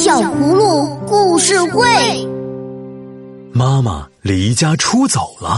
小葫芦故事会。 妈妈离家出走了。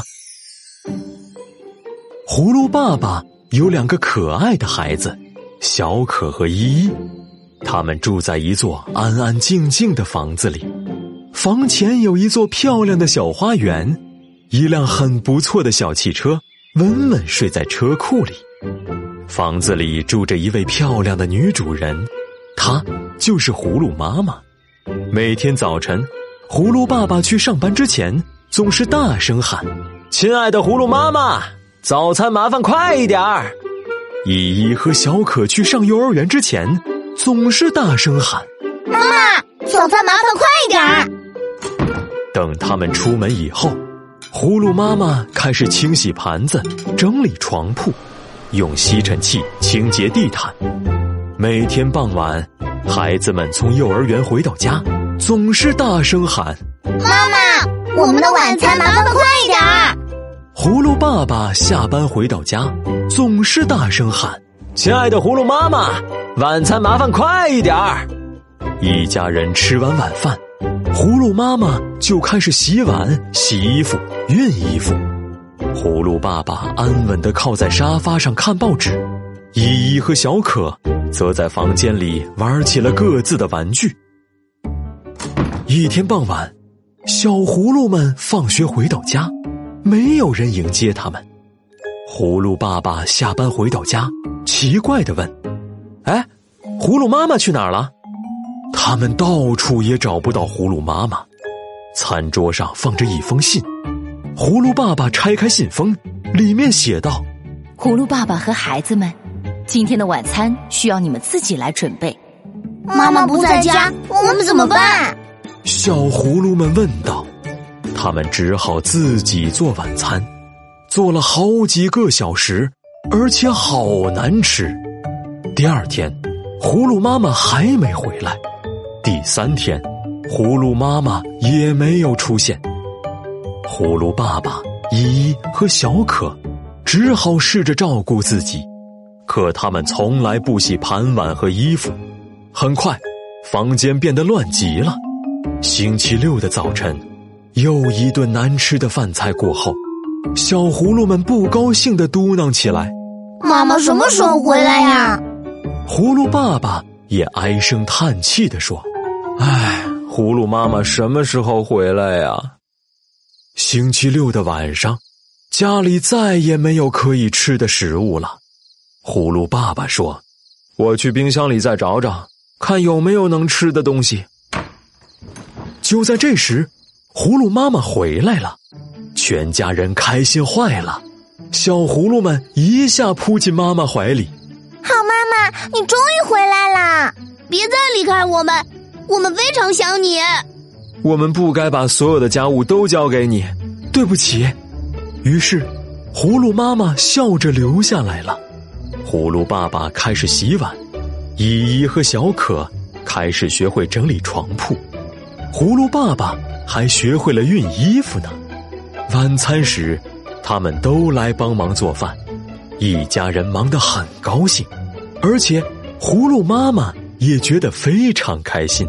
葫芦爸爸有2个可爱的孩子，小可和依依。他们住在一座安安静静的房子里，房前有一座漂亮的小花园，一辆很不错的小汽车稳稳睡在车库里。房子里住着一位漂亮的女主人，她就是葫芦妈妈。每天早晨，葫芦爸爸去上班之前总是大声喊：亲爱的葫芦妈妈，早餐麻烦快一点儿。依依和小可去上幼儿园之前总是大声喊： 妈妈，早餐麻烦快一点儿。 等他们出门以后，葫芦妈妈开始清洗盘子，整理床铺，用吸尘器清洁地毯。每天傍晚，孩子们从幼儿园回到家总是大声喊： 妈妈，我们的晚餐麻烦快一点儿。 葫芦爸爸下班回到家总是大声喊：亲爱的葫芦妈妈，晚餐麻烦快一点儿。一家人吃完晚饭，葫芦妈妈就开始洗碗、洗衣服、熨衣服。葫芦爸爸安稳地靠在沙发上看报纸，依依和小可则在房间里玩起了各自的玩具。一天傍晚，小葫芦们放学回到家，没有人迎接他们。葫芦爸爸下班回到家，奇怪地问：哎，葫芦妈妈去哪儿了？他们到处也找不到葫芦妈妈。餐桌上放着一封信，葫芦爸爸拆开信封，里面写道： 葫芦爸爸和孩子们，今天的晚餐需要你们自己来准备。 妈妈不在家，我们怎么办？ 小葫芦们问道。他们只好自己做晚餐，做了好几个小时，而且好难吃。第二天，葫芦妈妈还没回来。第3天，葫芦妈妈也没有出现。葫芦爸爸、依依和小可只好试着照顾自己，可他们从来不洗盘碗和衣服。很快，房间变得乱极了。星期六的早晨，又一顿难吃的饭菜过后，小葫芦们不高兴地嘟囔起来： 妈妈什么时候回来呀？ 葫芦爸爸也唉声叹气地说：唉，葫芦妈妈什么时候回来呀？星期六的晚上，家里再也没有可以吃的食物了。葫芦爸爸说：我去冰箱里再找找，看有没有能吃的东西。就在这时，葫芦妈妈回来了，全家人开心坏了。小葫芦们一下扑进妈妈怀里： 好妈妈，你终于回来啦！别再离开我们，我们非常想你。 我们不该把所有的家务都交给你，对不起。于是，葫芦妈妈笑着留下来了。葫芦爸爸开始洗碗，依依和小可开始学会整理床铺，葫芦爸爸还学会了熨衣服呢。晚餐时，他们都来帮忙做饭，一家人忙得很高兴，而且葫芦妈妈也觉得非常开心。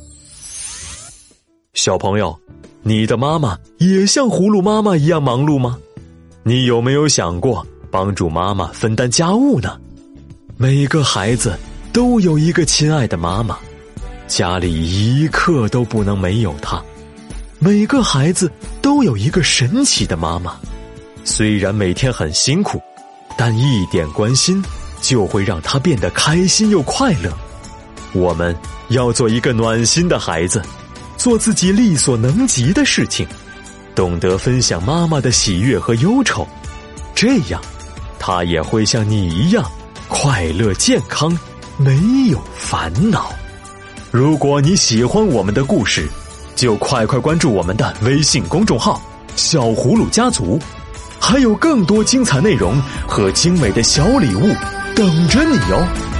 小朋友，你的妈妈也像葫芦妈妈一样忙碌吗？你有没有想过帮助妈妈分担家务呢？每个孩子都有一个亲爱的妈妈，家里一刻都不能没有她。每个孩子都有一个神奇的妈妈，虽然每天很辛苦，但一点关心就会让她变得开心又快乐。我们要做一个暖心的孩子，做自己力所能及的事情，懂得分享妈妈的喜悦和忧愁，这样她也会像你一样快乐健康，没有烦恼。如果你喜欢我们的故事，就快快关注我们的微信公众号小葫芦家族，还有更多精彩内容和精美的小礼物等着你哦。